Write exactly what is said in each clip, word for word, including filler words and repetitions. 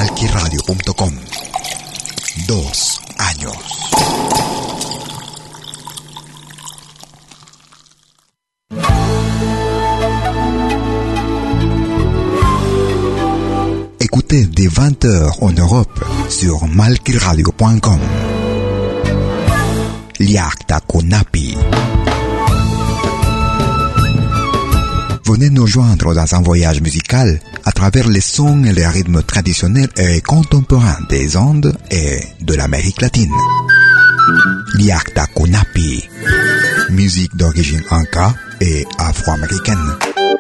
malki radio punto com. Dos años. Écoutez dès vingt heures en Europe sur malki radio punto com. Liakta Kunapi. Venez nous joindre dans un voyage musical à travers les sons et les rythmes traditionnels et contemporains des Andes et de l'Amérique latine. Liakta Kunapi. Musique d'origine inca et afro-américaine.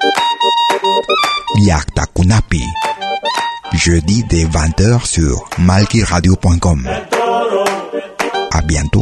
Liakta Kunapi. Jeudi dès vingt heures sur malki radio punto com. À bientôt.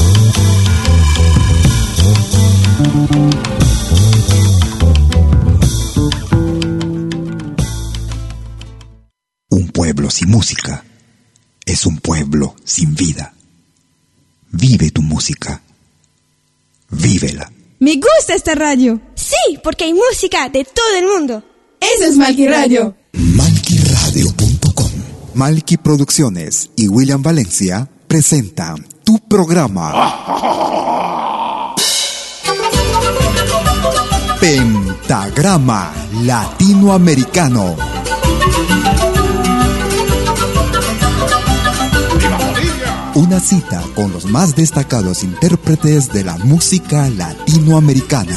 Un pueblo sin música es un pueblo sin vida. Vive tu música. Vívela. Me gusta esta radio. Sí, porque hay música de todo el mundo. Eso es Malki Radio. malki radio punto com. Malki Producciones y William Valencia presentan tu programa Pentagrama Latinoamericano. Una cita con los más destacados intérpretes de la música latinoamericana.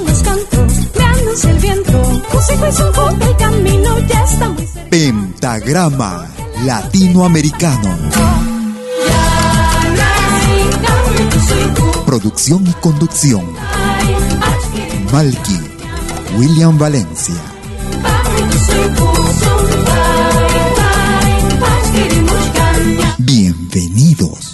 Pentagrama Latinoamericano. Producción y conducción: Malki, William Valencia. Bienvenidos.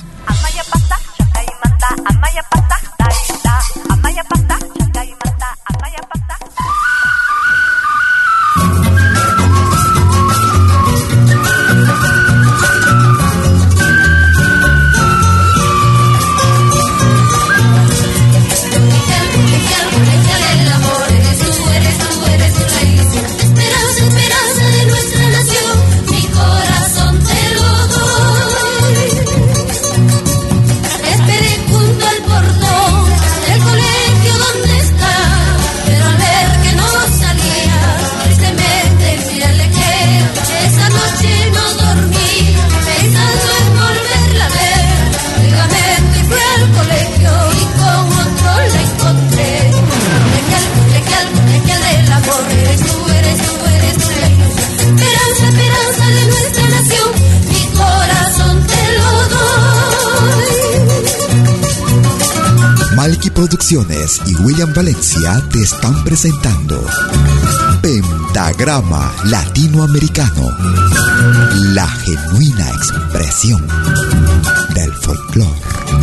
Malki Producciones y William Valencia te están presentando Pentagrama Latinoamericano, la genuina expresión del folclore.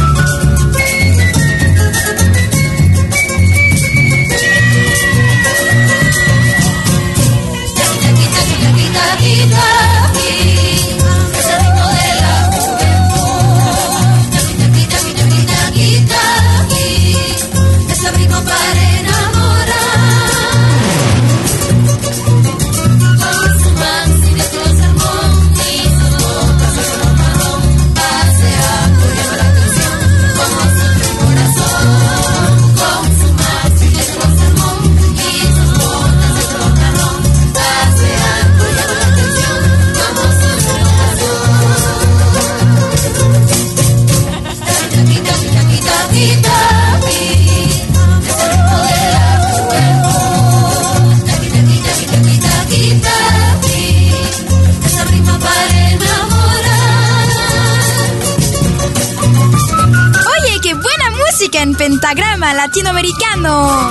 En Pentagrama Latinoamericano.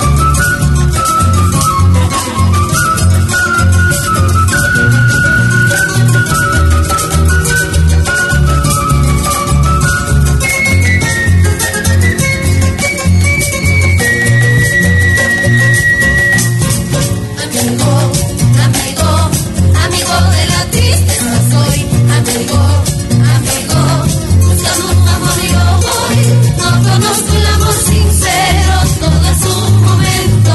Conozco el amor sincero, todo es un momento.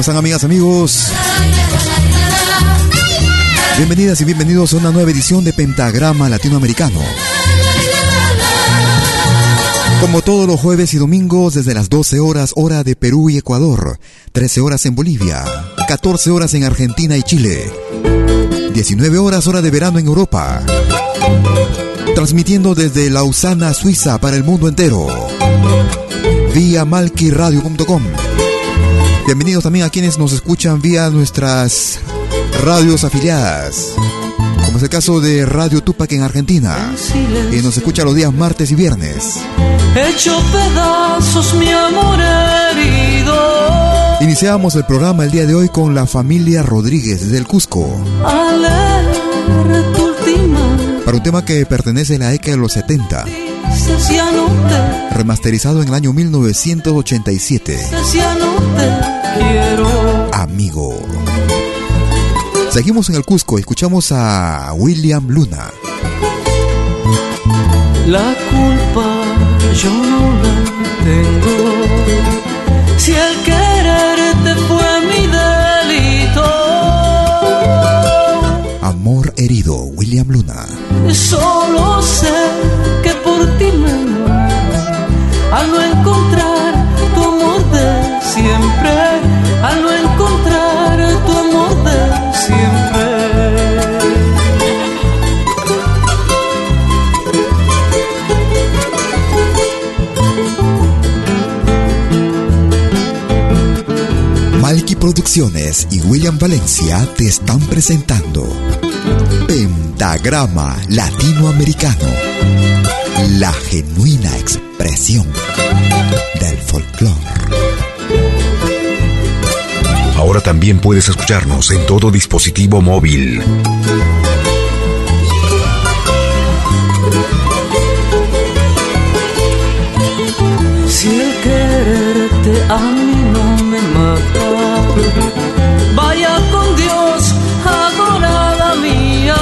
¿Cómo están, amigas, amigos? Bienvenidas y bienvenidos a una nueva edición de Pentagrama Latinoamericano. Como todos los jueves y domingos, desde las doce horas, hora de Perú y Ecuador, trece horas en Bolivia, catorce horas en Argentina y Chile, diecinueve horas, hora de verano en Europa. Transmitiendo desde Lausana, Suiza, para el mundo entero, vía malki radio punto com. Bienvenidos también a quienes nos escuchan vía nuestras radios afiliadas, como es el caso de Radio Tupac en Argentina, y nos escucha los días martes y viernes. Hecho pedazos mi amor herido. Iniciamos el programa el día de hoy con la familia Rodríguez desde el Cusco, para un tema que pertenece a la década de los setenta, remasterizado en el año mil novecientos ochenta y siete. Amigo. Seguimos en el Cusco y escuchamos a William Luna. La culpa yo no la tengo, si el quererte fue mi delito. Amor herido, William Luna. Solo sé que por ti me muero, al no encontrar tu amor de siempre, al no encontrar tu amor de siempre. Malki Producciones y William Valencia te están presentando Pentagrama Latinoamericano, la genuina expresión del folclore. Ahora también puedes escucharnos en todo dispositivo móvil. Si el quererte a mí no me mata, vaya con Dios, adorada mía.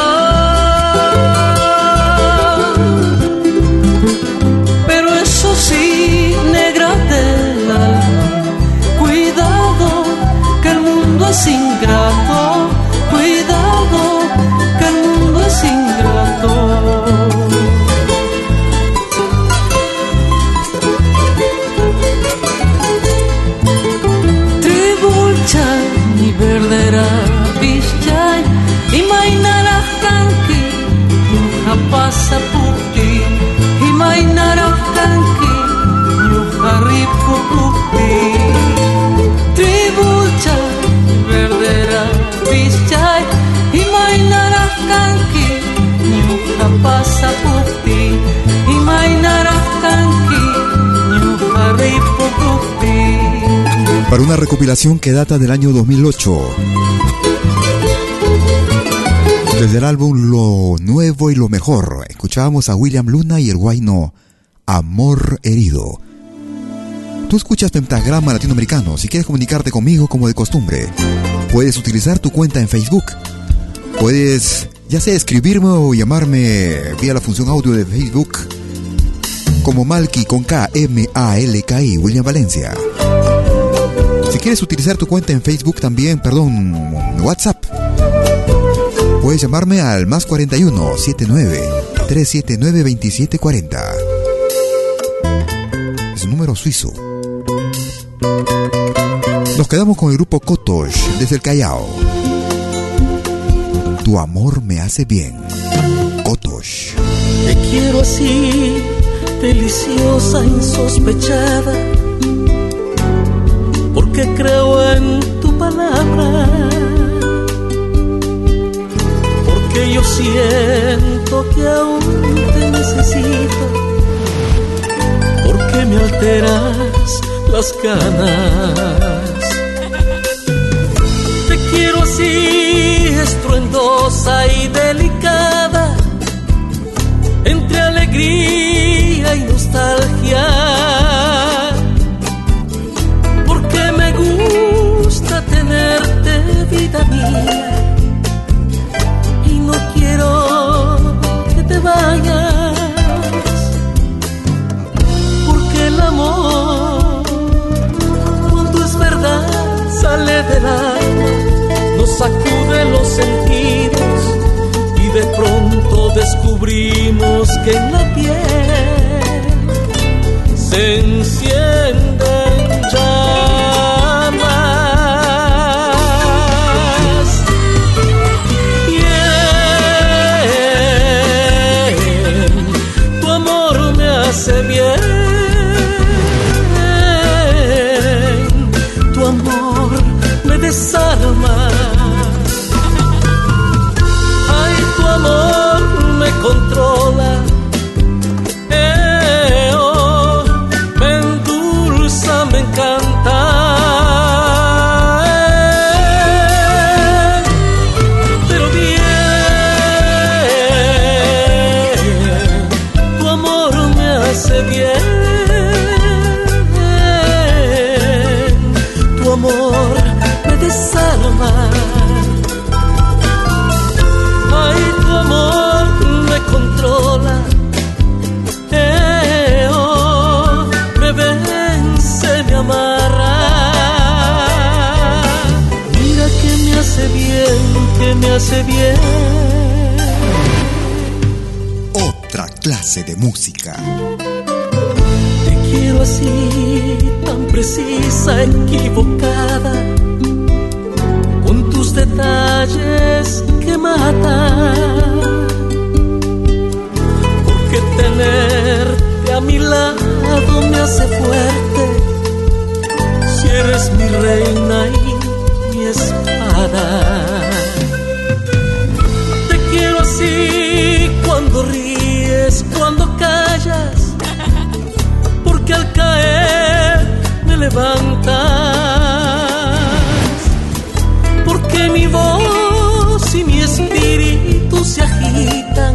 Pero eso sí, negra del alma, cuidado que el mundo es ingrato, cuidado que el mundo es ingrato. Verdera Vizcay y Mainara Kanki, Yuja pasa puti y Mainara Kanki, Yuja rico puti. Tribucha, Verdera Vizcay y Mainara Kanki, Yuja pasa puti y Mainara Kanki, Yuja rico puti. Para una recopilación que data del año dos mil ocho, desde el álbum Lo Nuevo y Lo Mejor, escuchábamos a William Luna y el huayno Amor Herido. Tú escuchas Pentagrama Latinoamericano. Si quieres comunicarte conmigo como de costumbre, puedes utilizar tu cuenta en Facebook. Puedes ya sea escribirme o llamarme vía la función audio de Facebook como Malki con K, M A L K I, William Valencia. Si quieres utilizar tu cuenta en Facebook también, perdón, WhatsApp, puedes llamarme al más cuarenta y uno, setenta y nueve, trescientos setenta y nueve, veintisiete cuarenta. Es un número suizo. Nos quedamos con el grupo Kotosh desde el Callao. Tu amor me hace bien, Kotosh. Te quiero así, deliciosa, insospechada, porque creo en tu palabra, porque yo siento que aún te necesito, porque me alteras las ganas. Te quiero así, estruendosa y delicada, entre alegría y nostalgia, porque me gusta tenerte, vida mía, y no quiero que te vayas, porque el amor, cuando es verdad, sale de descubrimos que en la piel se encienden llamas. Bien, tu amor me hace bien, tu amor me desarma. Controla, eh, oh, me endulza, me encanta, eh, pero bien, tu amor me hace bien, tu amor me desarma. Ay, tu amor controla, eh, oh, me vence, me amarra. Mira que me hace bien, que me hace bien. Otra clase de música. Te quiero así, tan precisa, equivocada, con tus detalles que matan. Tenerte a mi lado me hace fuerte, si eres mi reina y mi espada. Te quiero así, cuando ríes, cuando callas, porque al caer me levantas, porque mi voz y mi espíritu se agitan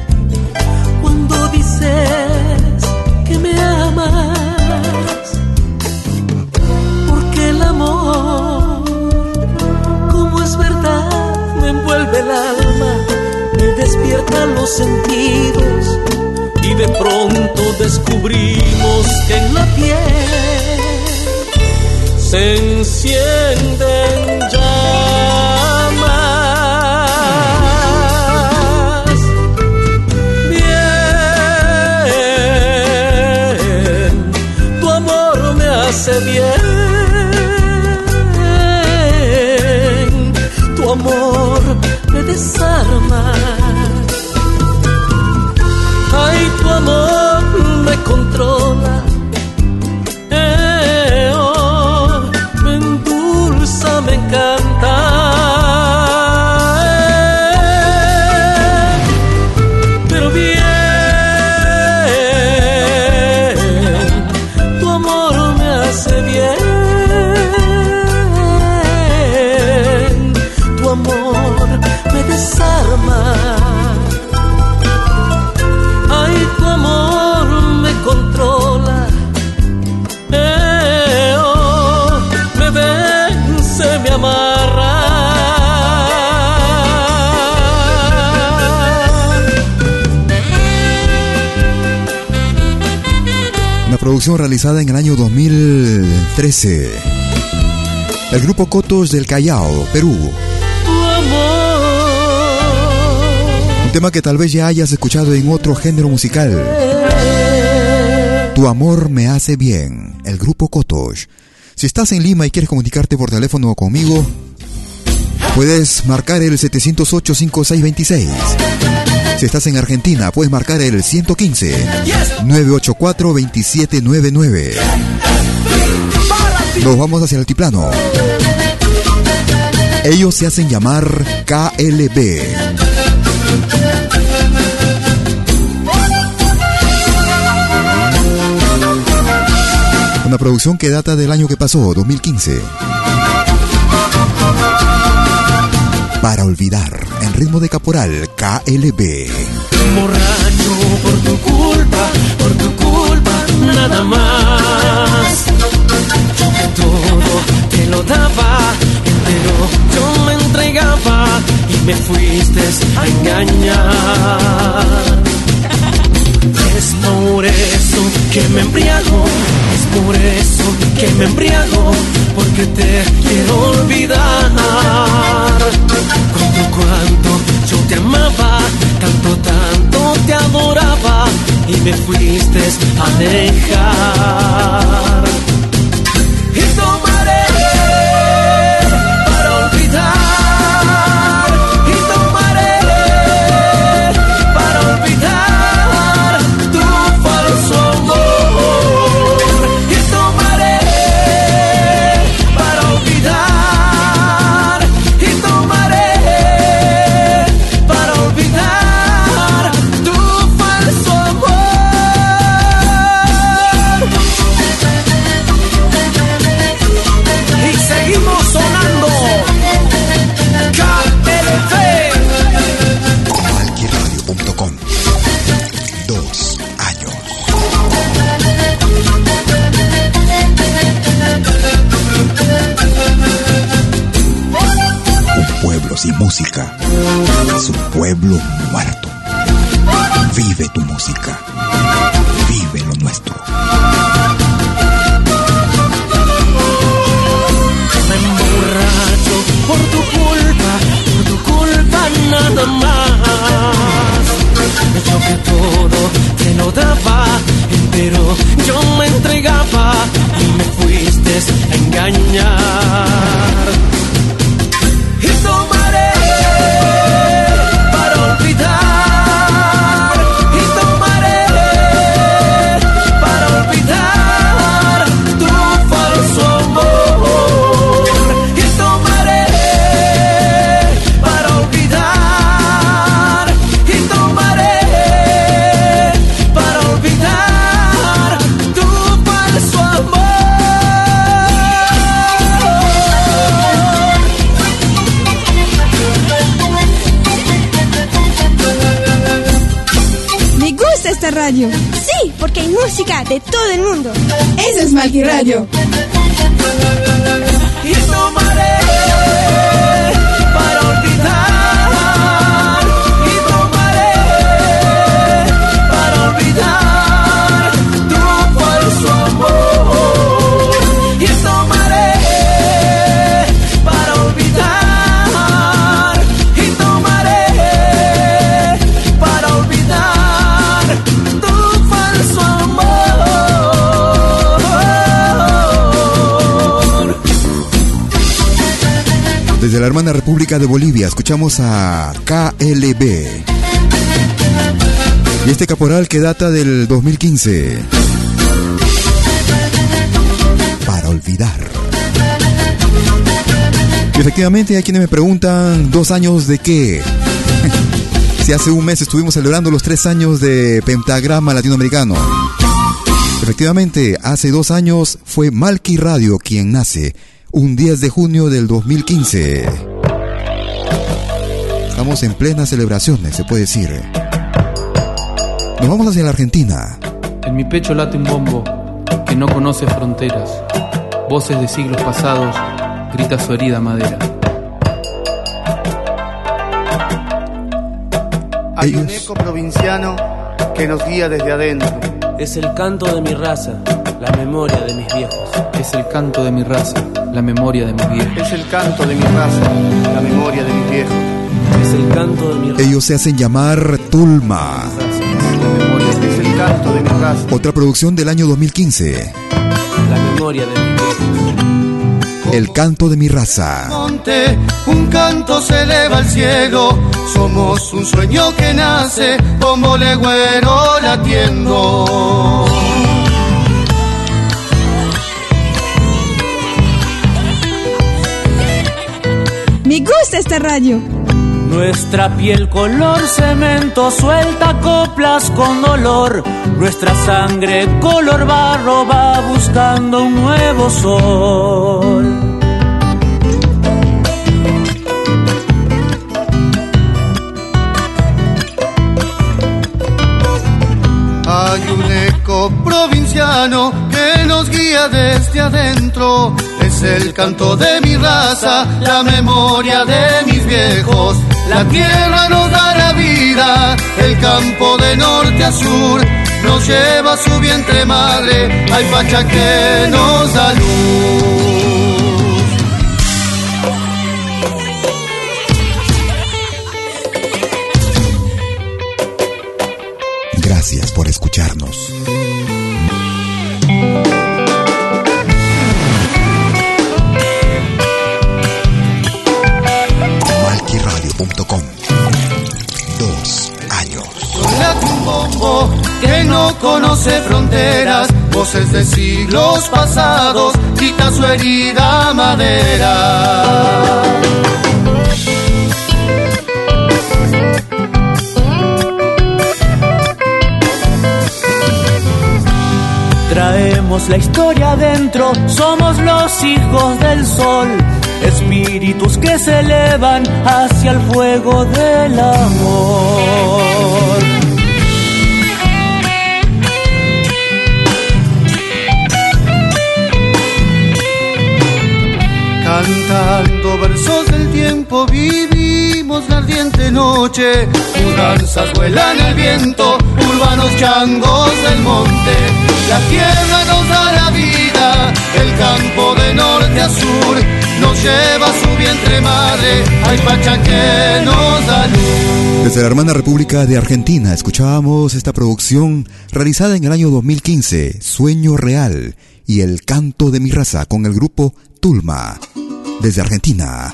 dices que me amas, porque el amor, como es verdad, me envuelve el alma, me despierta los sentidos y de pronto descubrimos que en la piel se encienden llamas. Hace bien, tu amor me desarma. Ay, tu amor me controla, eh, oh, me endulza, me encanta. Eh, pero bien, hace bien, tu amor me desarma. Ay, tu amor me controla, eh, oh, me vence, me amarra. Una producción realizada en el año dos mil trece. El grupo Cotos del Callao, Perú. Un tema que tal vez ya hayas escuchado en otro género musical. Tu amor me hace bien. El grupo Cotos. Si estás en Lima y quieres comunicarte por teléfono conmigo, puedes marcar el setecientos ocho, cincuenta y seis veintiséis. Si estás en Argentina, puedes marcar el ciento quince, novecientos ochenta y cuatro, veintisiete noventa y nueve. Nos vamos hacia el altiplano. Ellos se hacen llamar K L B. Una producción que data del año que pasó, dos mil quince. Para olvidar, en ritmo de caporal, K L B. Borracho por tu culpa, por tu culpa, nada más. Yo que todo te lo daba, pero yo me entregaba y me fuiste a engañar. Es por eso que me embriago, es por eso que me embriago porque te quiero olvidar. Cuánto, cuánto yo te amaba, tanto, tanto te adoraba y me fuiste a dejar. Y tomaré para olvidar, y tomaré para olvidar tu falso amor. Y tomaré para olvidar, y tomaré para olvidar tu falso amor. Y seguimos sonando K L V. malki radio punto com. Dos años. Un pueblo sin música es un pueblo muerto. Vive tu música. Vive lo nuestro. Me emborracho por tu culpa, por tu culpa nada más. De hecho que todo te lo daba, pero yo me entregaba y me fuiste a engañar. Y tomaré para olvidar, y tomaré para olvidar tu falso amor. Y tomaré para olvidar, y tomaré para olvidar tu falso amor. Me gusta esta radio. Sí, porque hay música de todo el mundo. Esa es Malki Radio. Y tomaré para olvidar, y tomaré para olvidar tu falso amor. Y tomaré para olvidar, y tomaré para olvidar tu falso amor. Desde la hermana República de Bolivia escuchamos a K L B. Y este caporal que data del dos mil quince. Para olvidar. Y efectivamente hay quienes me preguntan, ¿dos años de qué? Si hace un mes estuvimos celebrando los tres años de Pentagrama Latinoamericano. Efectivamente, hace dos años fue Malki Radio quien nace, un diez de junio del dos mil quince. Estamos en plenas celebraciones, se puede decir. Nos vamos hacia la Argentina. En mi pecho late un bombo que no conoce fronteras. Voces de siglos pasados, grita su herida madera. Hay un Ellos- eco provinciano que nos guía desde adentro. Es el canto de mi raza, la memoria de mis viejos. Es el canto de mi raza, la memoria de mis viejos. Es el canto de mi raza, la memoria de mis viejos. Es el canto de mi raza, Ellos se hacen llamar Tulma. La memoria de mis Es el canto de mi raza. Otra producción del año dos mil quince. la memoria de mis viejos. El canto de mi raza. Monte, un canto se eleva al cielo. Somos un sueño que nace como legüero latiendo. Me gusta esta radio. Nuestra piel color cemento suelta coplas con dolor. Nuestra sangre color barro va buscando un nuevo sol. Hay un eco provinciano que nos guía desde adentro. Es el canto de mi raza, la memoria de mis viejos. La tierra nos da la vida, el campo de norte a sur. nos lleva a su vientre madre, hay Pacha que nos da luz. Gracias por escucharnos. malquiradio punto com. Dos años. Late un bombo que no conoce fronteras, voces de siglos pasados, grita su herida madera. Traemos la historia dentro, somos los hijos del sol, espíritus que se elevan hacia el fuego del amor. Cantando versos del tiempo vivimos la ardiente noche, mudanzas vuelan el viento, urbanos changos del monte. La tierra nos da la vida, el campo de norte a sur, nos lleva a su vientre madre, hay Pacha que nos da luz. Desde la hermana República de Argentina escuchábamos esta producción realizada en el año dos mil quince, Sueño Real y El Canto de mi Raza, con el grupo Tulma, desde Argentina.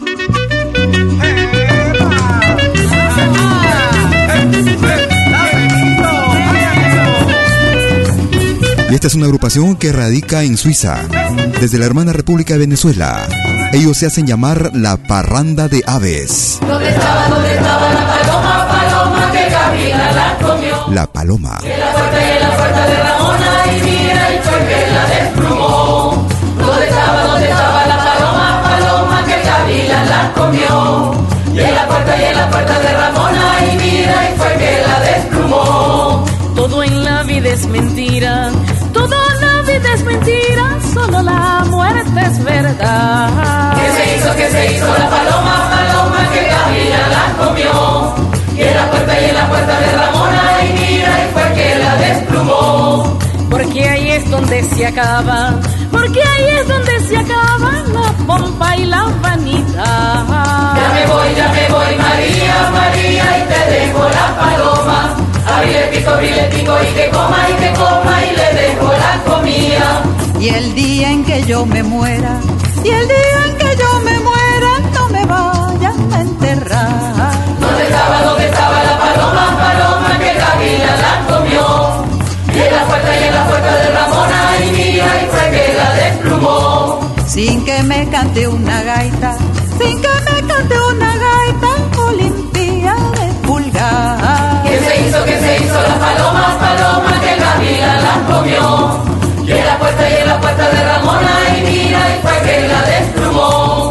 Y esta es una agrupación que radica en Suiza, desde la hermana República de Venezuela. Ellos se hacen llamar La Parranda de Aves. ¿Dónde estaba, dónde estaba la paloma, paloma que Gabriela la comió? La paloma. En la puerta y en la puerta de Ramona, y mira, y fue que la desplumó. ¿Dónde estaba, dónde estaba la paloma, paloma que Gabriela la comió? Y en la puerta y en la puerta de Ramona, y mira, y fue que la desplumó. Todo en la vida es mentira, todo en la vida es mentira, solo la muerte es verdad. ¿Qué se hizo, qué se hizo la paloma, paloma que Gabriela la comió? Y en la puerta y en la puerta de Ramona, y mira, y fue que la desplumó. Porque ahí es donde se acaba, porque ahí es donde se acaba la pompa y la vanidad. Ya me voy, ya me voy, María, María, y te dejo la paloma. Abrile el pico, abrile el pico, y que coma, y que coma, y le dejo la comida. Y el día en que yo me muera, y el día en que yo me muera, no me vayan a enterrar. ¿Dónde estaba, dónde estaba la paloma, paloma que Gabriela la comió? Y en la puerta y en la puerta de Ramona, y mira, y fue que la desplumó. Sin que me cante una gaita, sin que me cante una gaita, Olimpia de pulgar. ¿Qué se hizo, qué se hizo la paloma, paloma que Gabriela la comió? Y en la puerta y en la puerta de Ramona, y mira, y fue que la desplumó.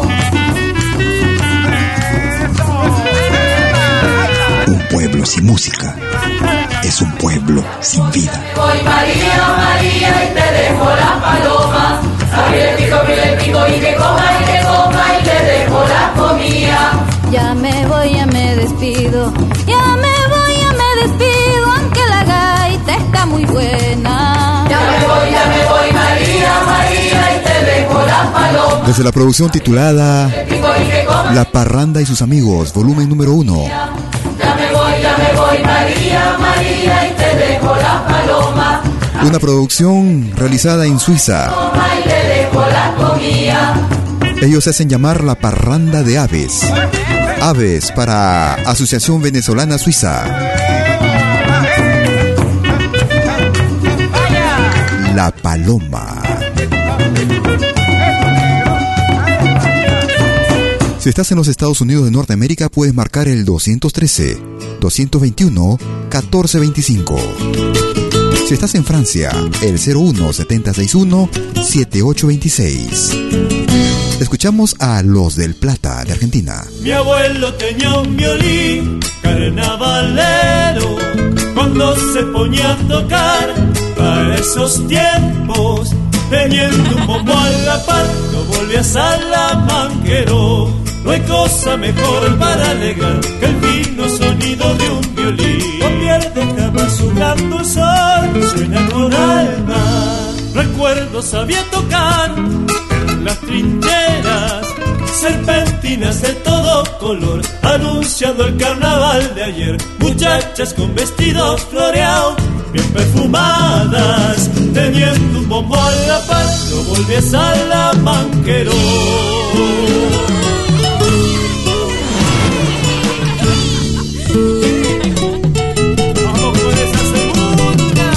Un pueblo sin música es un pueblo sin vida. Voy María, María, y te dejo la paloma. Abrile el pico, abrile el pico, y que coma, y que coma, y le dejo la comida. Ya me voy, ya me despido, ya me voy, ya me despido, aunque la gaita está muy buena. Ya me voy, ya me voy, María, María, y te dejo la paloma. Desde la producción titulada La Parranda y sus amigos, volumen número uno. Ya me voy, ya me voy, María, María, y te dejo la paloma. Una producción realizada en Suiza. Y le dejo la comida. Ellos se hacen llamar La Parranda de Aves. Aves para Asociación Venezolana Suiza. La Paloma. Si estás en los Estados Unidos de Norteamérica, puedes marcar el doscientos trece, doscientos veintiuno, catorce veinticinco. Si estás en Francia, el cero uno, siete seis uno, siete ocho dos seis. Escuchamos a Los del Plata de Argentina. Mi abuelo tenía un violín carnavalero, cuando se ponía a tocar para esos tiempos, teniendo un bombo a la par, lo volvía salamanquero. No hay cosa mejor para alegrar que el fino sonido de un violín. No pierde jamás y su gran dulzor suena con alma. Recuerdo sabía tocar en las trincheras, serpentinas de todo color, anunciando el carnaval de ayer. Muchachas con vestidos floreados, bien perfumadas, teniendo un bombo a la par, no volví a Salamanquero. Vamos con esa segunda.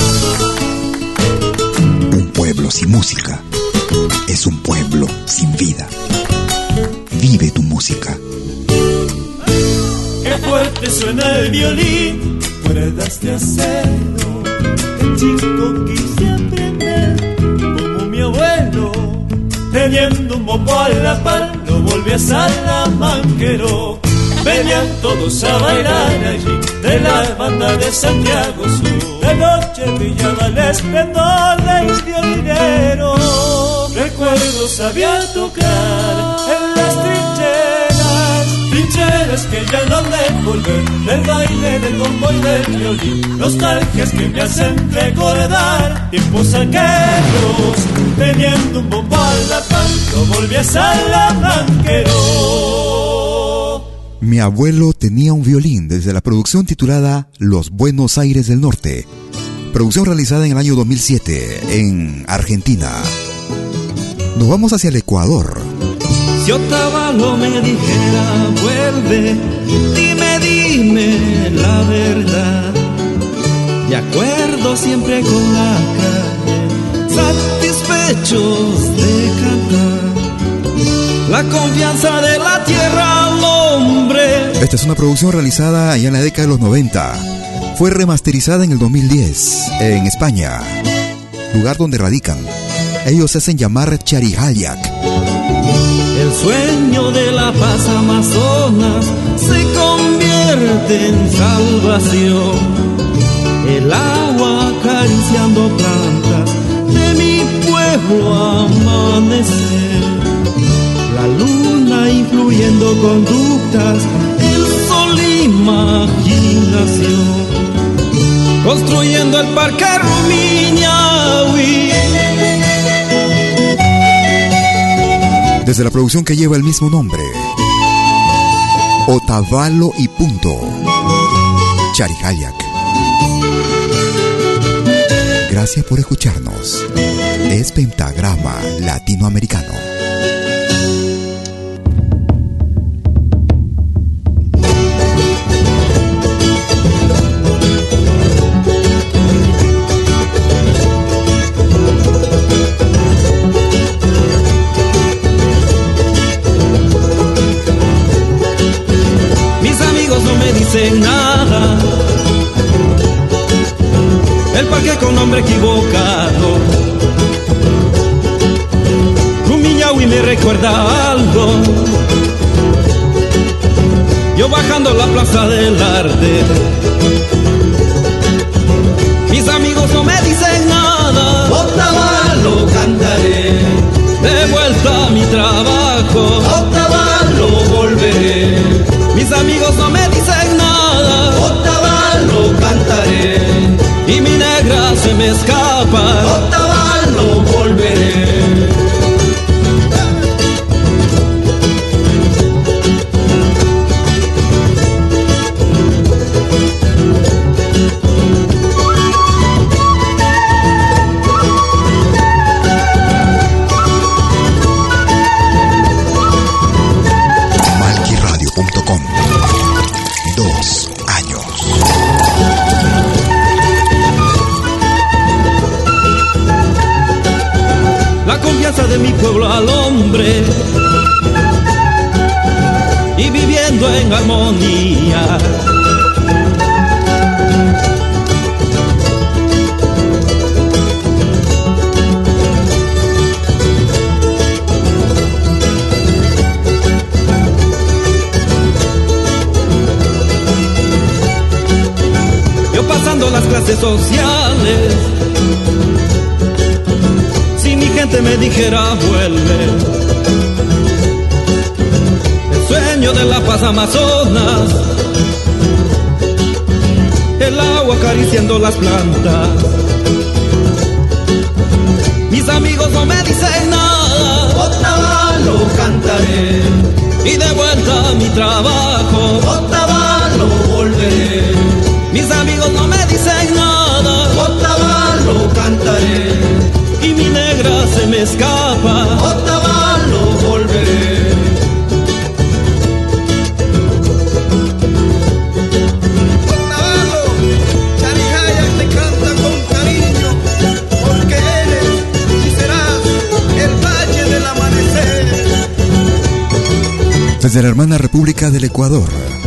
Un pueblo sin música es un pueblo sin vida. Vive tu música. Qué fuerte suena el violín, cuerdas de acero. El chico quise aprender como mi abuelo, teniendo un bombo a la par, no volví a Salamanquero. Venían todos a bailar allí, de la banda de Santiago Sur. De noche brillaba el esplendor del violinero. Recuerdo sabía tocar en las trincheras, trincheras que ya no han de volver, del baile, del bombo y del violín. Nostalgias que me hacen recordar tiempos aquellos, teniendo un bombo a la par, no volví a Salamanquero. Mi abuelo tenía un violín, desde la producción titulada Los Buenos Aires del Norte, producción realizada en el año dos mil siete en Argentina. Nos vamos hacia el Ecuador. Si Otavalo me dijera vuelve, dime, dime la verdad. De acuerdo siempre con la calle, satisfechos de cantar. La confianza de la tierra al hombre. Esta es una producción realizada ya en la década de los noventa. Fue remasterizada en el dos mil diez en España, lugar donde radican. Ellos se hacen llamar Charijayac. El sueño de la paz Amazonas se convierte en salvación. El agua acariciando plantas de mi pueblo amanecer. La luna influyendo conductas, el sol imaginación, construyendo el parque Rumiñahui. Desde la producción que lleva el mismo nombre, Otavalo y punto, Charijayac. Gracias por escucharnos. Es Pentagrama Latinoamericano. Dicen nada, el parque con nombre equivocado. Rumiñahui me recuerda algo. Yo bajando la plaza del arte, mis amigos no me dicen nada. Otavalo cantaré, de vuelta a mi trabajo. Otavalo volveré. Mis amigos no me dicen nada. Otavalo cantaré, y mi negra se me escapa. Otavalo volveré. Dos años. La confianza de mi pueblo al hombre, y viviendo en armonía. Pasando las clases sociales, si mi gente me dijera vuelve, el sueño de la paz Amazonas, el agua río acariciando las plantas. Mis amigos no me dicen nada, Otavalo cantaré, y de vuelta a mi trabajo, Otavalo volveré. Mis amigos no me dicen nada, Otavalo cantaré, y mi negra se me escapa, Otavalo volveré. Desde la hermana República del Ecuador,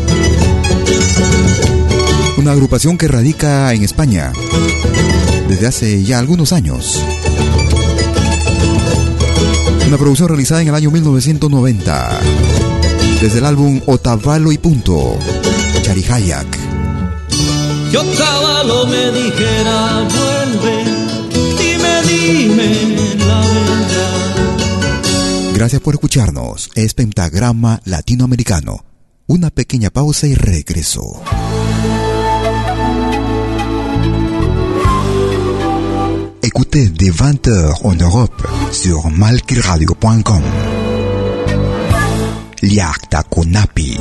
una agrupación que radica en España desde hace ya algunos años. Una producción realizada en el año mil novecientos noventa, desde el álbum Otavalo y punto, Charihayak. Si Otavalo me dijera vuelve, dime, dime la verdad. Gracias por escucharnos. Es Pentagrama Latinoamericano. Una pequeña pausa y regreso. Écoutez dès vingt heures en Europe sur malkiradio point com. Liakta Kunapi.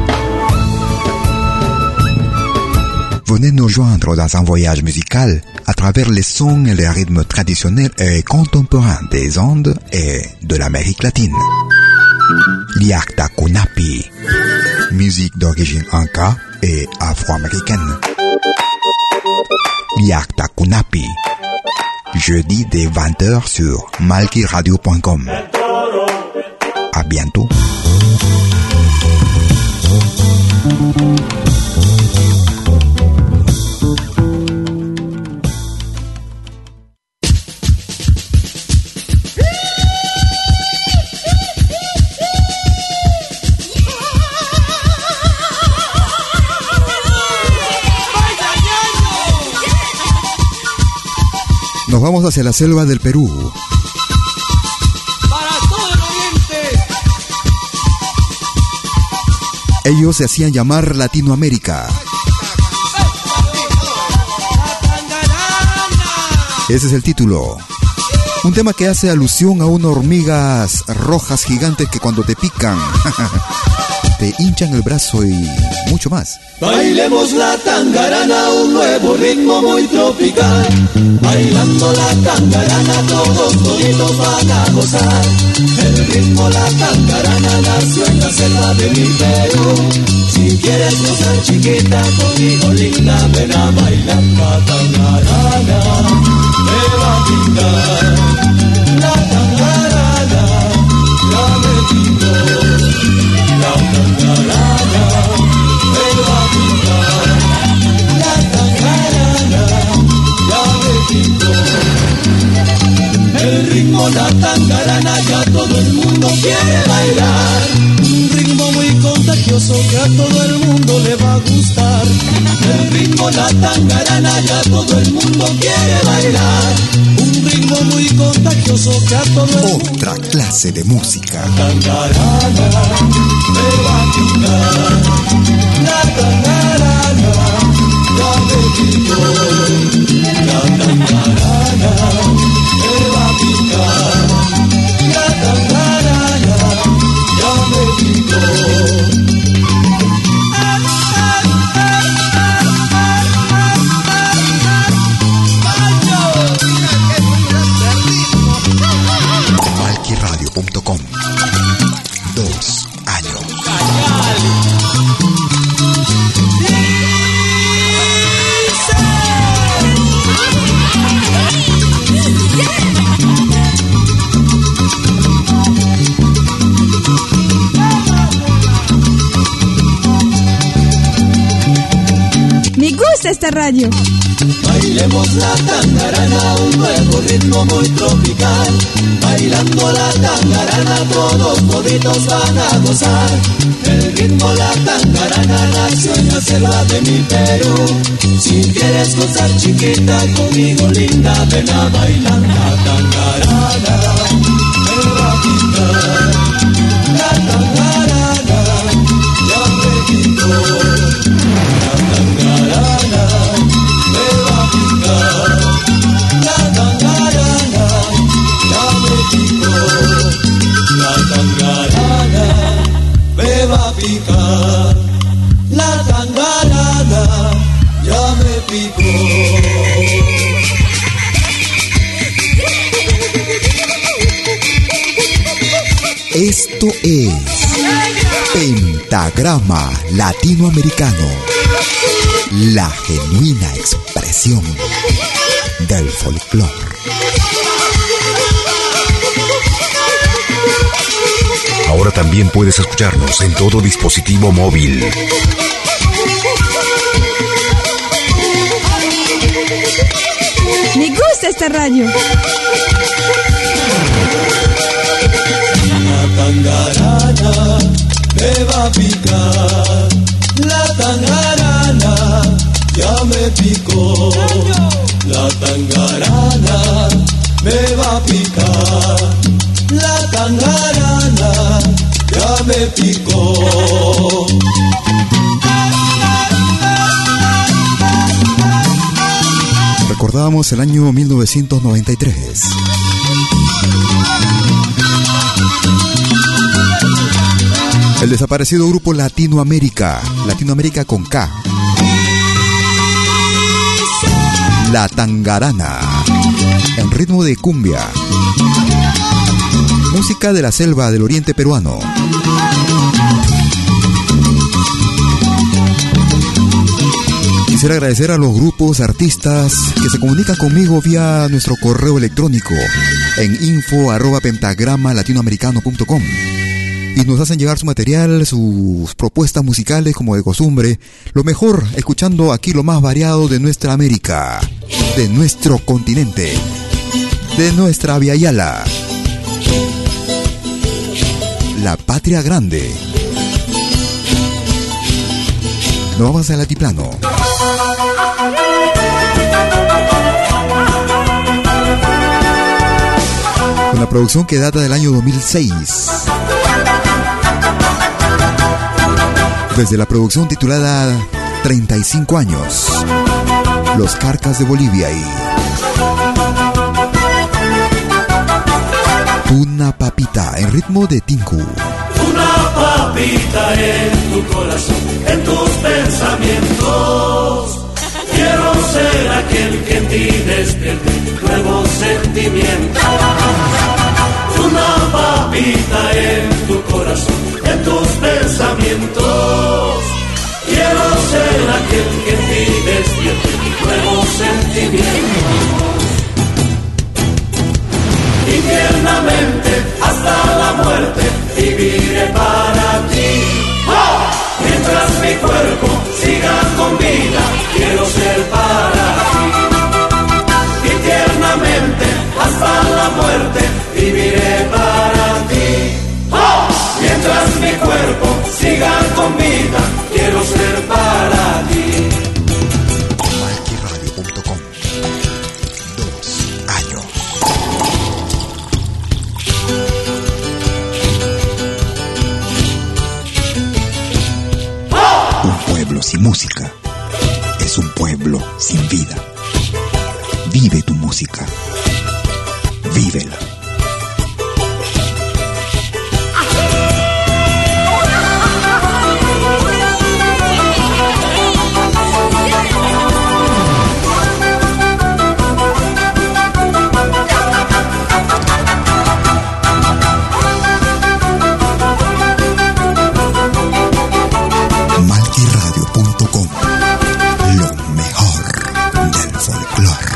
Venez nous joindre dans un voyage musical à travers les sons et les rythmes traditionnels et contemporains des Andes et de l'Amérique latine. Liakta Kunapi, musique d'origine inca et afro-américaine. Liakta Kunapi, jeudi dès vingt heures sur malkiradio point com. À bientôt. Nos vamos hacia la selva del Perú. Para todo el oriente. Ellos se hacían llamar Latinoamérica. Ese es el título. Un tema que hace alusión a unas hormigas rojas gigantes que cuando te pican te hinchan el brazo y mucho más. Bailemos la tangarana, un nuevo ritmo muy tropical. Bailando la tangarana, todos toditos van a gozar. El ritmo la tangarana nació en la selva de mi Perú. Si quieres gozar chiquita, conmigo linda, ven a bailar la tangarana. Me va a pintar la tangarana, ya me pintó la tangarana. Me va a pintar la tangarana, ya me pintó. El ritmo la tangarana, ya todo el mundo quiere bailar. Un ritmo muy contagioso que a todo el mundo le va a gustar. El ritmo la tangarana, ya todo el mundo quiere bailar. Un ritmo muy contagioso que a todo el mundo. Otra clase de música. La tangarana me va a pintar. La tangarana ya me pintó. La tangarana me va a pintar. La tangarana ya me pintó. malkiradio punto com. Dos años. Me gusta esta radio. Bailemos la tangarana, un nuevo ritmo muy tropical. Bailando la tangarana, todos toditos van a gozar. El ritmo la tangarana nació en la selva de mi Perú. Si quieres gozar chiquita, conmigo linda, ven a bailar la tangarana. Me va a pintar la tangarana, ya me pintó. La tangarana Esto es Pentagrama Latinoamericano, la genuina expresión del folclore. Ahora también puedes escucharnos en todo dispositivo móvil. Me gusta esta radio. La tangarana me va a picar, la tangarana ya me picó, la tangarana me va a picar, la tangarana ya me picó. Recordábamos el año mil novecientos noventa y tres. El desaparecido grupo Latinoamérica, Latinoamérica con K. La Tangarana, en ritmo de cumbia. Música de la selva del oriente peruano. Quisiera agradecer a los grupos, artistas que se comunican conmigo vía nuestro correo electrónico en info arroba pentagrama latinoamericano punto com y nos hacen llegar su material, sus propuestas musicales como de costumbre, lo mejor escuchando aquí lo más variado de nuestra América, de nuestro continente, de nuestra Via Yala, la patria grande. Nos vamos al altiplano. Una producción que data del año dos mil seis. Desde la producción titulada treinta y cinco años, Los Carcas de Bolivia y Una papita en ritmo de tinku. Una papita en tu corazón, en tus pensamientos. Quiero ser aquel que en ti despierte nuevos sentimientos. Una papita en tu corazón, en tus pensamientos. Quiero ser aquel que en ti despierte nuevos sentimientos. Y tiernamente hasta la muerte viviré para ti. ¡Oh! Mientras mi cuerpo siga con vida, quiero ser para ti. Y tiernamente hasta la muerte viviré para ti. ¡Oh! Mientras mi cuerpo siga con vida, quiero ser para ti. malquiradio punto com. Dos años. Un pueblo sin música es un pueblo sin vida. Vive tu música. Vívela. malquiradio punto com. Lo mejor del folclore.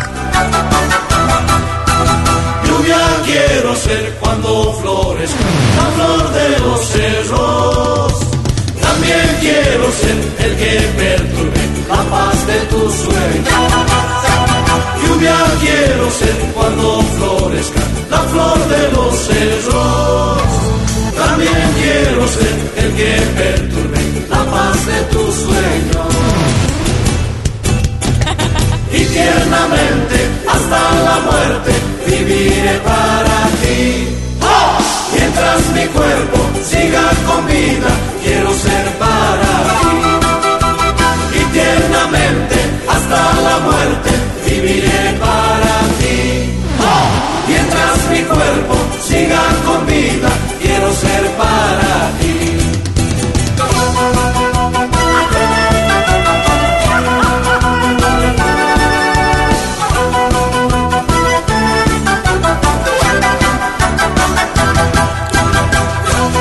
Lluvia quiero ser cuando florezca la flor de los cerros. También quiero ser el que perturbe la paz de tus sueños. Lluvia quiero ser cuando florezca la flor de los cerros. También quiero ser el que perturbe la paz de tus sueños. Y tiernamente hasta la muerte viviré para ti. ¡Oh! Mientras mi cuerpo siga con vida, quiero ser para ti. Y tiernamente hasta la muerte viviré para ti. ¡Oh! Mientras mi cuerpo siga con vida, quiero ser para ti.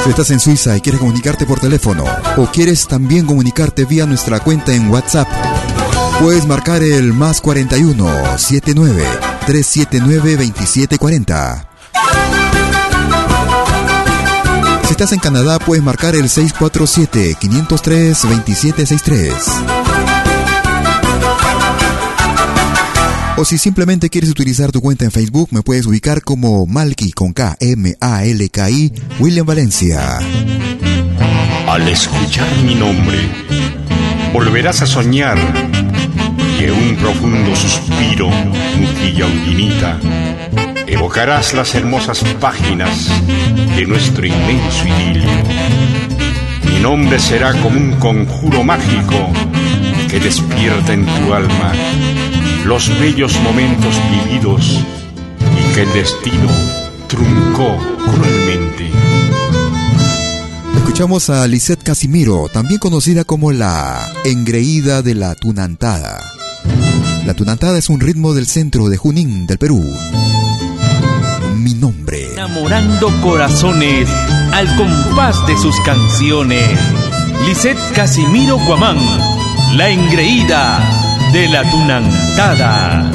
Si estás en Suiza y quieres comunicarte por teléfono o quieres también comunicarte vía nuestra cuenta en WhatsApp, puedes marcar el más cuarenta y uno, setenta y nueve, trescientos setenta y nueve, veintisiete cuarenta. Si estás en Canadá, puedes marcar el seis cuatro siete, cinco cero tres, veintisiete sesenta y tres. O si simplemente quieres utilizar tu cuenta en Facebook, me puedes ubicar como Malky con K, M A L K I, William Valencia. Al escuchar mi nombre, volverás a soñar que un profundo suspiro, mejilla undinita, evocarás las hermosas páginas de nuestro inmenso idilio. Mi nombre será como un conjuro mágico que despierta en tu alma los bellos momentos vividos y que el destino truncó cruelmente. Escuchamos a Lisette Casimiro, también conocida como la engreída de la tunantada. La tunantada es un ritmo del centro de Junín, del Perú. Mi nombre. Enamorando corazones al compás de sus canciones. Lisette Casimiro Guamán, la engreída de la tunantada.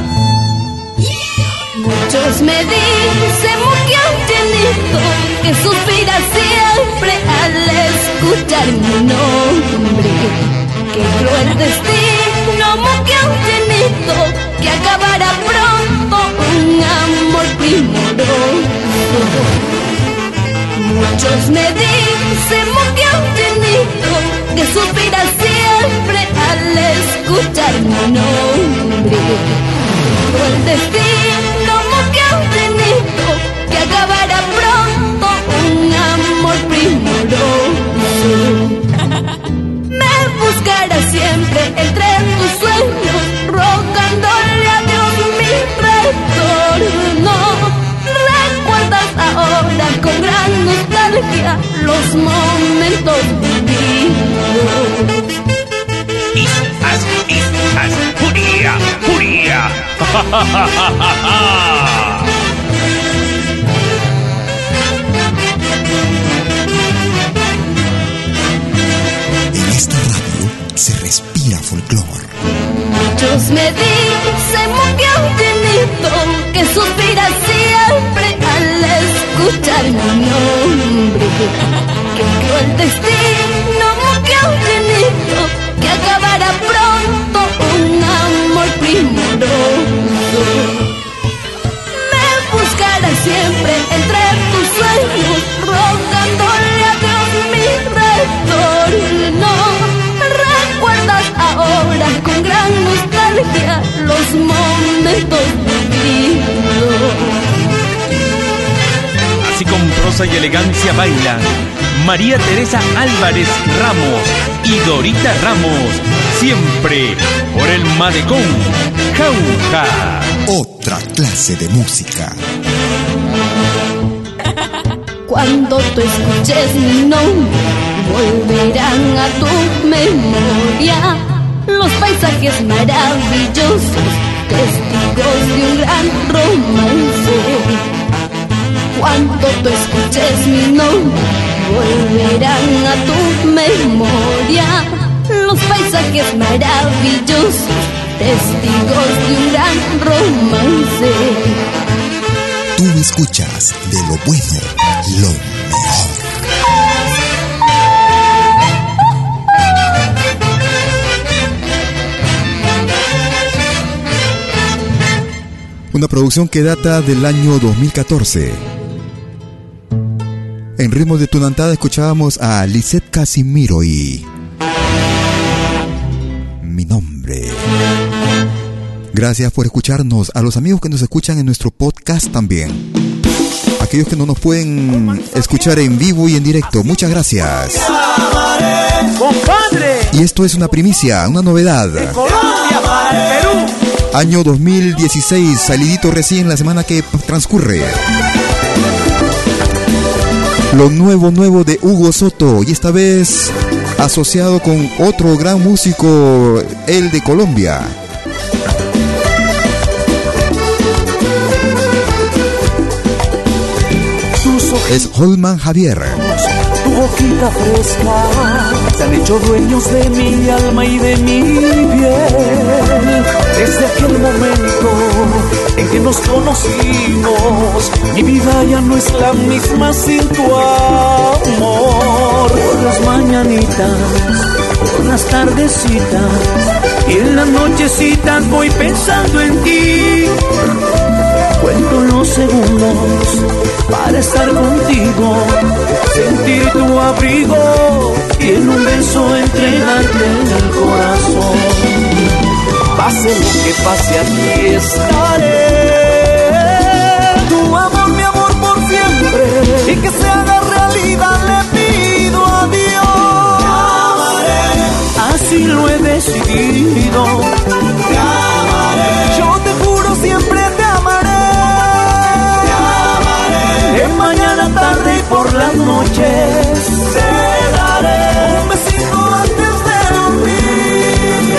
Muchos me dicen que han tenido que suspira siempre al escuchar mi nombre. Qué cruel destino que han tenido que acabará pronto un amor primoroso. Muchos me dicen que han tenido que suspira siempre al escuchar mi nombre. El destino que han tenido que acabará pronto un amor primoroso. Me buscará siempre entre tus sueños, rogándole a Dios mi retorno. ¿Recuerdas ahora con gran nostalgia los momentos vividos? Isas, isas, furia, furia. En esta radio se respira folclor. Muchos me dicen que han tenido que suspira siempre al escuchar mi nombre. Que cruel destino que han tenido que acabará pronto un amor primoroso. Me buscará siempre entre tus sueños, rogándole a Dios mi retorno. ¿Recuerdas ahora con gran nostalgia los momentos vividos? Así con prosa y elegancia bailan María Teresa Álvarez Ramos y Dorita Ramos, siempre por el Madecón, Jauja. Otra clase de música. Cuando tú escuches mi nombre, volverán a tu memoria los paisajes maravillosos, testigos de un gran romance. Cuando tú escuches mi nombre, volverán a tu memoria los paisajes maravillosos, testigos de un gran romance. Tú me escuchas de lo bueno, lo mejor. Una producción que data del año dos mil catorce. En ritmo de tunantada escuchábamos a Lisette Casimiro y Mi nombre. Gracias por escucharnos. A los amigos que nos escuchan en nuestro podcast también. Aquellos que no nos pueden escuchar en vivo y en directo, muchas gracias. ¡Compadre! Y esto es una primicia, una novedad. De Colombia para el Perú. Año dos mil dieciséis, salidito recién la semana que transcurre. Lo nuevo, nuevo de Hugo Soto, y esta vez asociado con otro gran músico, el de Colombia. Es Holman Javier. Boquita Fresca, se han hecho dueños de mi alma y de mi piel. Desde aquel momento en que nos conocimos, mi vida ya no es la misma sin tu amor. Por las mañanitas, por las tardecitas y en las nochecitas voy pensando en ti. Cuento los segundos para estar contigo, sentir tu abrigo y en un beso entregarte el corazón. Pase lo que pase, aquí estaré. Tu amor, mi amor, por siempre, y que se haga realidad, le pido a Dios. Te amaré, así lo he decidido. Te amaré, yo te juro siempre te amaré. De mañana, tarde y por las noches te daré un besito antes de dormir.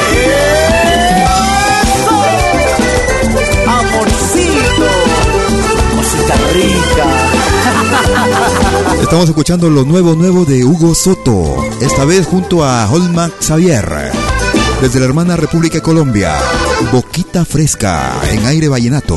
Eso, amorcito, cosita rica. Estamos escuchando lo nuevo, nuevo de Hugo Soto, esta vez junto a Olma Xavier, desde la hermana República de Colombia. Boquita Fresca en Aire Vallenato.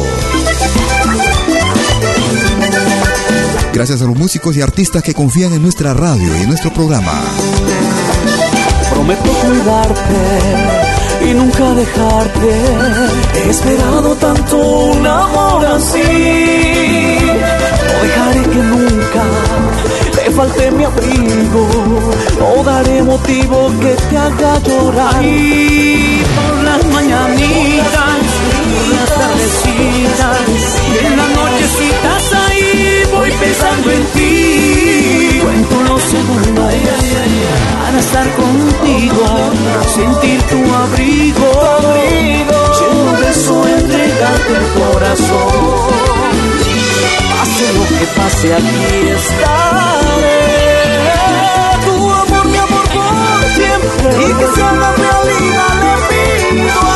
Gracias a los músicos y artistas que confían en nuestra radio y en nuestro programa. Prometo cuidarte y nunca dejarte. He esperado tanto un amor así. No dejaré que nunca te falte mi abrigo. No daré motivo que te haga llorar. Y por las mañanitas, por las tardecitas y en las nochecitas ahí voy pensando en ti. Cuento los segundos para estar contigo, sentir tu abrigo, y en un beso entregarte el corazón. Pase lo que pase, aquí estaré. Tu amor, mi amor, por siempre, y que sea la realidad, le pido a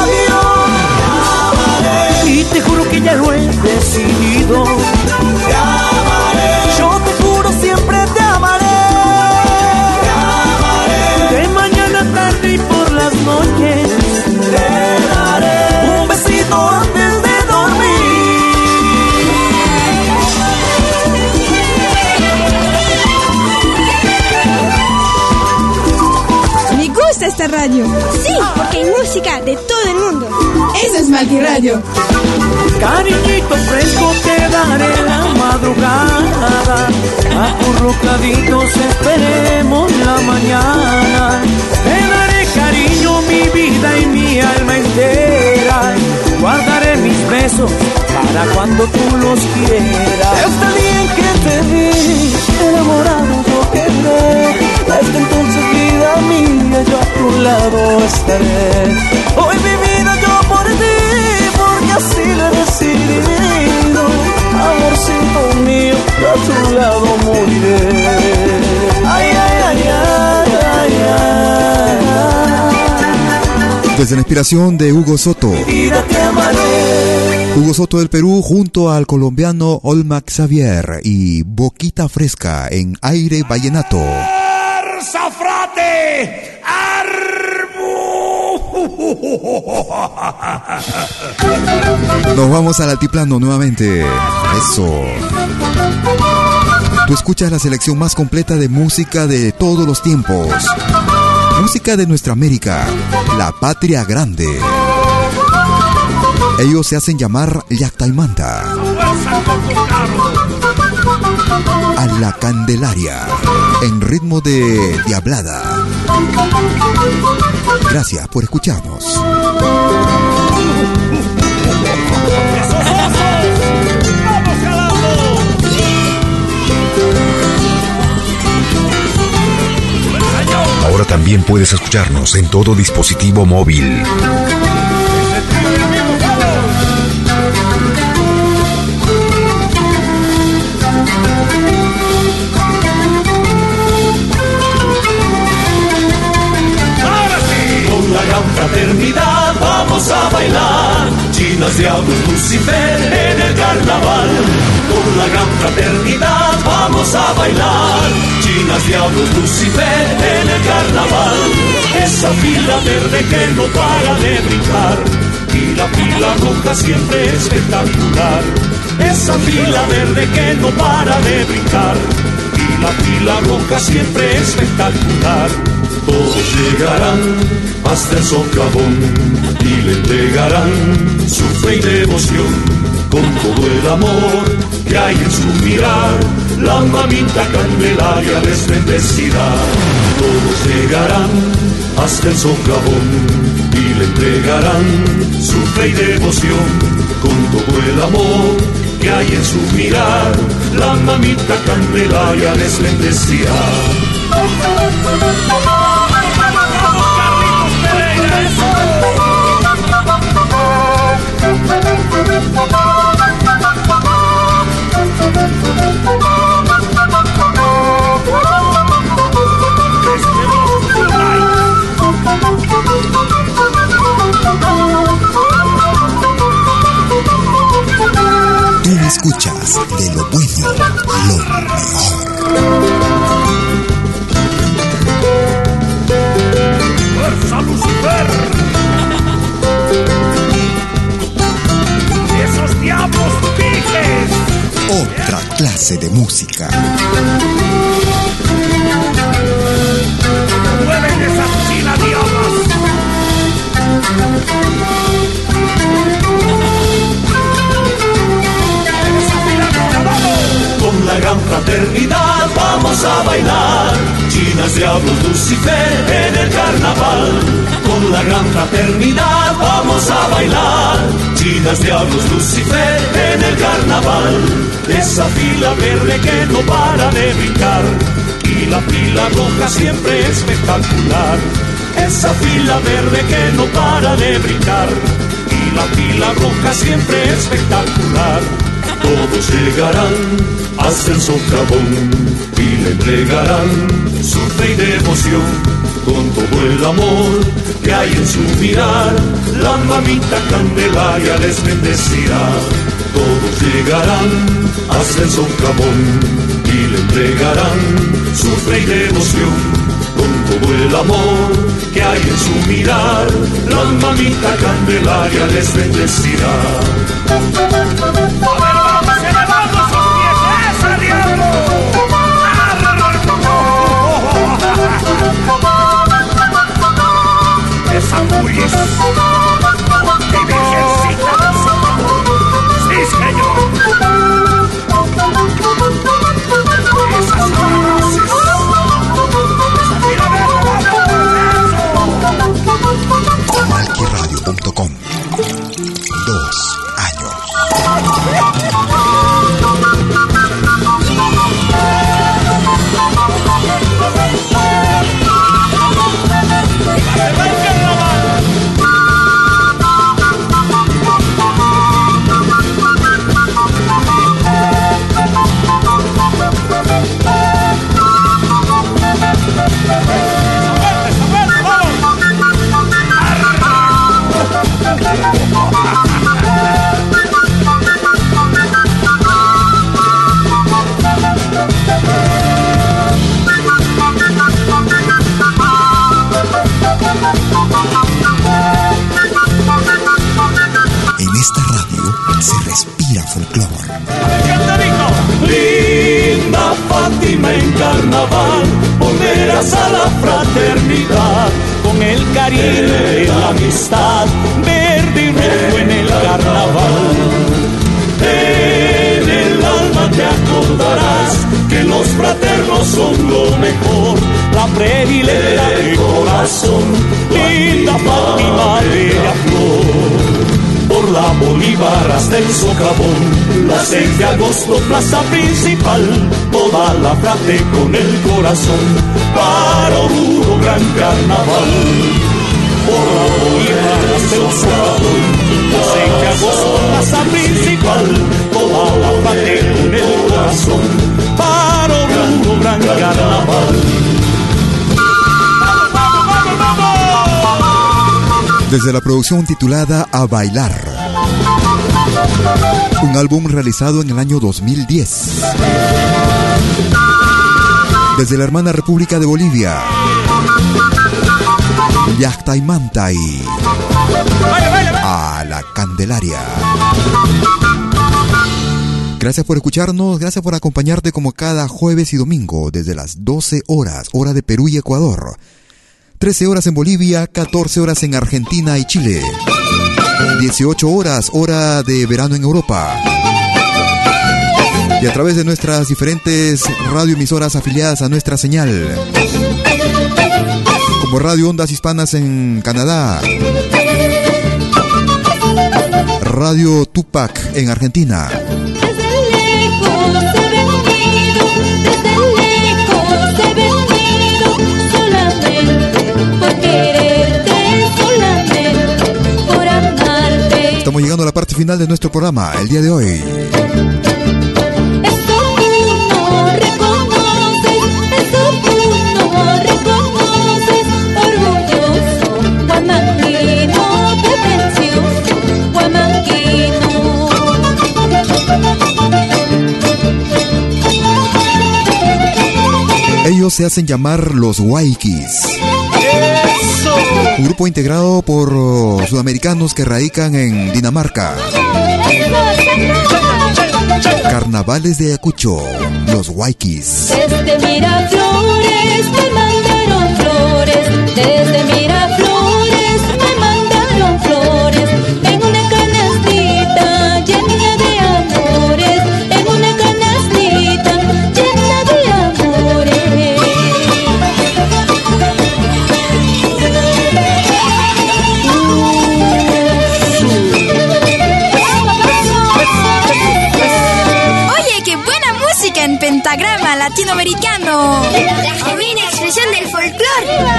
Dios. Y te juro que ya lo he decidido. Te amaré, yo te juro siempre te amaré. Te amaré, de mañana, tarde y por las noches te daré un besito antes de dormir. Me gusta esta radio. Sí, porque hay música de todo el mundo. Eso es Multiradio. Cariñito fresco te daré la madrugada, acurrucaditos esperemos la mañana. Te daré cariño, mi vida y mi alma entera. Guardaré mis besos para cuando tú los quieras. Desde el día en que te vi, enamorado yo quedé. Desde entonces, vida mía, yo a tu lado estaré. Hoy mi vida yo por ti, porque así lo he decidido. Amorcito mío, yo a tu lado moriré. Ay, ay, ay, ay, ay, ay. Desde la inspiración de Hugo Soto. Vida te amaré. Hugo Soto del Perú junto al colombiano Olma Xavier y Boquita Fresca en Aire Vallenato. ¡Zafrate! Nos vamos al altiplano nuevamente. Eso. Tú escuchas la selección más completa de música de todos los tiempos. Música de nuestra América, la patria grande. Ellos se hacen llamar Llactaimanta. A la Candelaria, en ritmo de diablada. Gracias por escucharnos. Ahora también puedes escucharnos en todo dispositivo móvil. Fraternidad, vamos a bailar, chinas, diablos, Lucifer en el carnaval. Con la gran fraternidad vamos a bailar, chinas, chinas, diablos, Lucifer en el carnaval. Esa fila verde que no para de brincar y la fila roja siempre espectacular. Esa fila verde que no para de brincar y la fila roja siempre espectacular. Todos llegarán hasta el socavón y le entregarán su fe y devoción con todo el amor que hay en su mirar. La mamita Candelaria les bendecirá. Todos llegarán hasta el socavón y le entregarán su fe y devoción con todo el amor que hay en su mirar. La mamita Candelaria les bendecirá. Tú me escuchas de lo bueno, lo mejor. ¡Fuerza, Lucifer! ¡Y esos diablos pijes! Otra clase de música. ¡Mueven esas chinas diablas! Con la gran fraternidad vamos a bailar, chinas, diablos, Lucifer en el carnaval. Con la gran fraternidad vamos a bailar, chinas, diablos, Lucifer en el carnaval. Esa fila verde que no para de brincar y la fila roja siempre espectacular. Esa fila verde que no para de brincar y la fila roja siempre espectacular. Todos llegarán hasta el socavón y le entregarán su fe y devoción con todo el amor que hay en su mirar. La mamita Candelaria les bendecirá. Todos llegarán hasta el socavón y le entregarán su fe y devoción con todo el amor que hay en su mirar. La mamita Candelaria les bendecirá. Esa furia es mi virgencita del Socavón. Sí, señor. Esas amenazas. Esa fila verde, vamos. comalqui radio punto com. Dos años. En carnaval volverás a la fraternidad con el cariño de la amistad, verde y rojo en el carnaval. En el alma te acordarás que los fraternos son lo mejor, la predilecta de corazón, linda Fátima bella flor. Por la Bolívar hasta el Socavón, la seis de agosto, plaza principal, toda la frate con el corazón, para Oruro gran carnaval. Por la Bolívar hasta el Socavón, la seis de agosto, plaza principal, toda la frate con el corazón, para Oruro gran carnaval. Desde la producción titulada A Bailar, un álbum realizado en el año dos mil diez. Desde la hermana República de Bolivia, Llactaymantay, a la Candelaria. Gracias por escucharnos, gracias por acompañarte como cada jueves y domingo desde las doce horas, hora de Perú y Ecuador, trece horas en Bolivia, catorce horas en Argentina y Chile, dieciocho horas, hora de verano en Europa. Y a través de nuestras diferentes radioemisoras afiliadas a nuestra señal, como Radio Ondas Hispanas en Canadá, Radio Tupac en Argentina, estamos llegando a la parte final de nuestro programa el día de hoy. Ellos se hacen llamar los Huayquis. Un grupo integrado por uh, sudamericanos que radican en Dinamarca. Carnavales de Ayacucho, los Huayquis. Desde Miraflores me mandaron flores, desde Miraflores me mandaron flores, en una canastita llena de amores, en una canastita llena de amores. Oye, qué buena música en pentagrama latinoamericano. La genuina expresión del folclore.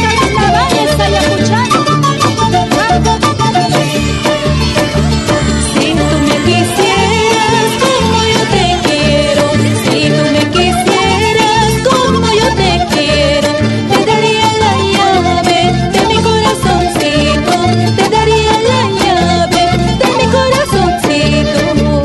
Si tú me quisieras como yo te quiero, si tú me quisieras como yo te quiero, te daría la llave de mi corazoncito, te daría la llave de mi corazoncito.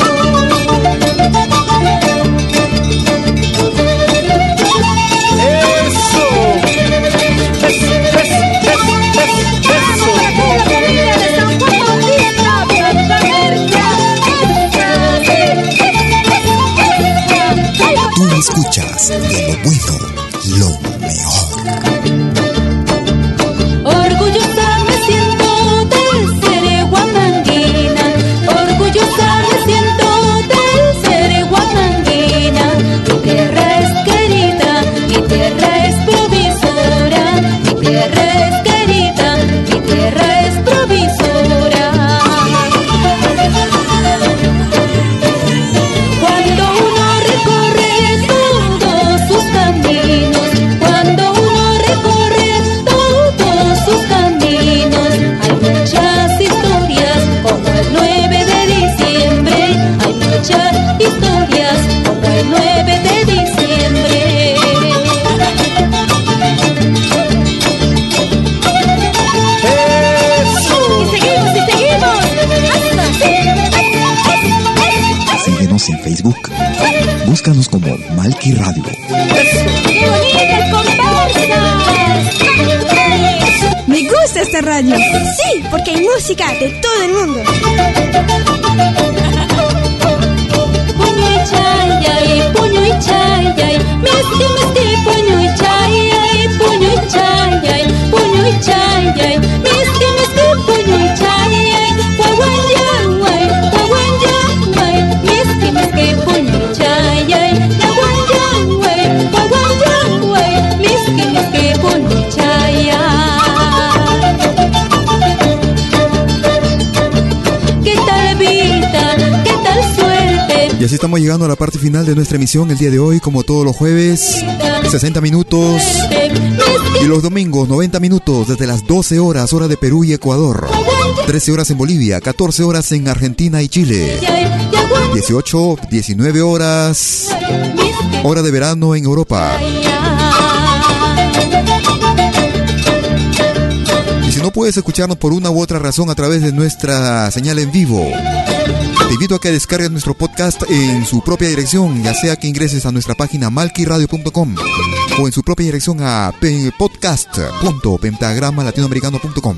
Tú escuchas de lo bueno, lo mejor. Orgullosa me siento del ser guamanguina, orgullosa me siento del ser guamanguina. Mi tierra es querida, mi tierra es provisora, mi tierra es querida, mi tierra es provisora. Cuando uno recorre todos sus caminos, cuando uno recorre todos sus caminos, hay muchas historias como el nueve de diciembre, hay muchas historias como el nueve de diciembre. Y seguimos, y seguimos. Síguenos en Facebook. Búscanos como Malqui Radio. ¡Qué bonitas comparsas! Me gusta esta radio. Sí, porque hay música de todo el mundo. Puño y chayay, puño y chayay, miski miski puño y chayay, puño y chayay, puño y chayay, miski miski puño y chayay, guaguanyaway, guaguanyaway, miski miski puño y chayay, guaguanyaway, guaguanyaway, miski miski puño y chayay. ¿Qué tal vida? ¿Qué tal suerte? Y así estamos llegando a la parte final de nuestra emisión el día de hoy, como todos los jueves, sesenta minutos, y los domingos noventa minutos desde las doce horas, hora de Perú y Ecuador, trece horas en Bolivia, catorce horas en Argentina y Chile, dieciocho, diecinueve horas, hora de verano en Europa. Y si no puedes escucharnos por una u otra razón a través de nuestra señal en vivo, te invito a que descargues nuestro podcast en su propia dirección, ya sea que ingreses a nuestra página malqui radio punto com o en su propia dirección a podcast punto pentagrama latinoamericano punto com.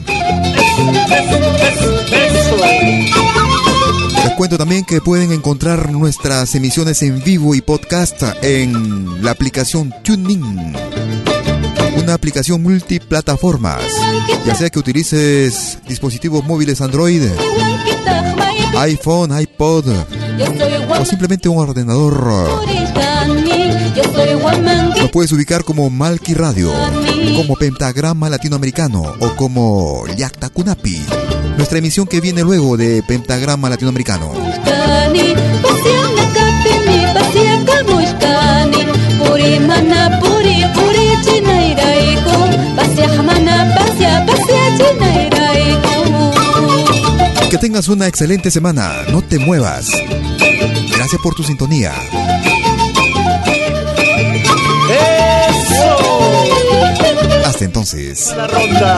Les cuento también que pueden encontrar nuestras emisiones en vivo y podcast en la aplicación TuneIn, una aplicación multiplataformas, ya sea que utilices dispositivos móviles Android, iPhone, iPod o simplemente un ordenador. Nos puedes ubicar como Malki Radio, como Pentagrama Latinoamericano o como Yakta Kunapi, nuestra emisión que viene luego de Pentagrama Latinoamericano. Que tengas una excelente semana, no te muevas. Gracias por tu sintonía. ¡Eso! Hasta entonces. La ronda.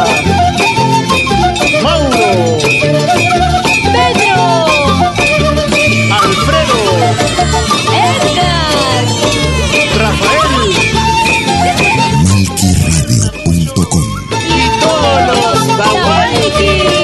Mauro. Pedro. Alfredo. Edgar. Rafael. malki radio punto com. Y todos los Tahuanquis.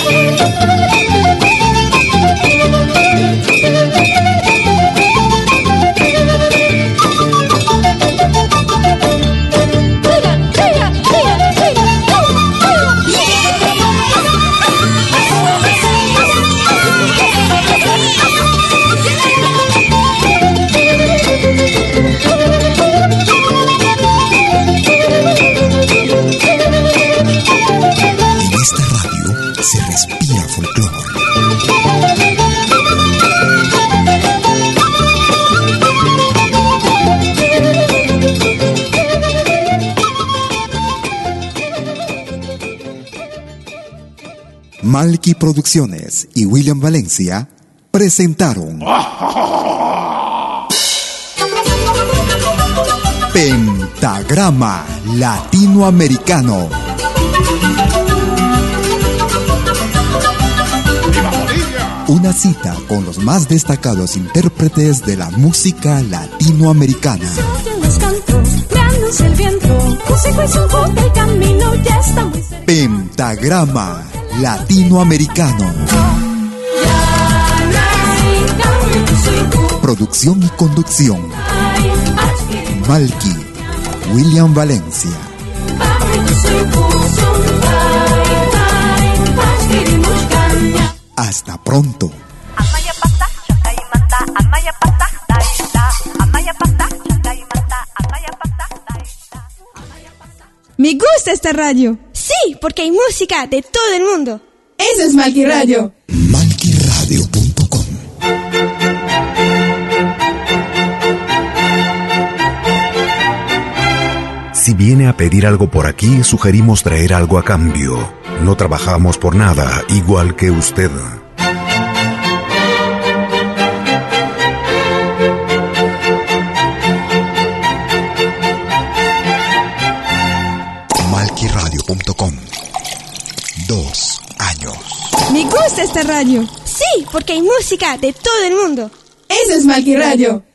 Se respira folclore. Malki Producciones y William Valencia presentaron Pentagrama Latinoamericano. Una cita con los más destacados intérpretes de la música latinoamericana. Pentagrama Latinoamericano. Producción y conducción: Malki, William Valencia. Hasta pronto. Me gusta esta radio. Sí, porque hay música de todo el mundo. Eso es Malki Radio. malki radio punto com. Si viene a pedir algo por aquí, sugerimos traer algo a cambio. No trabajamos por nada, igual que usted. malki radio punto com. Dos años. Me gusta esta radio. Sí, porque hay música de todo el mundo. Eso es Malki Radio.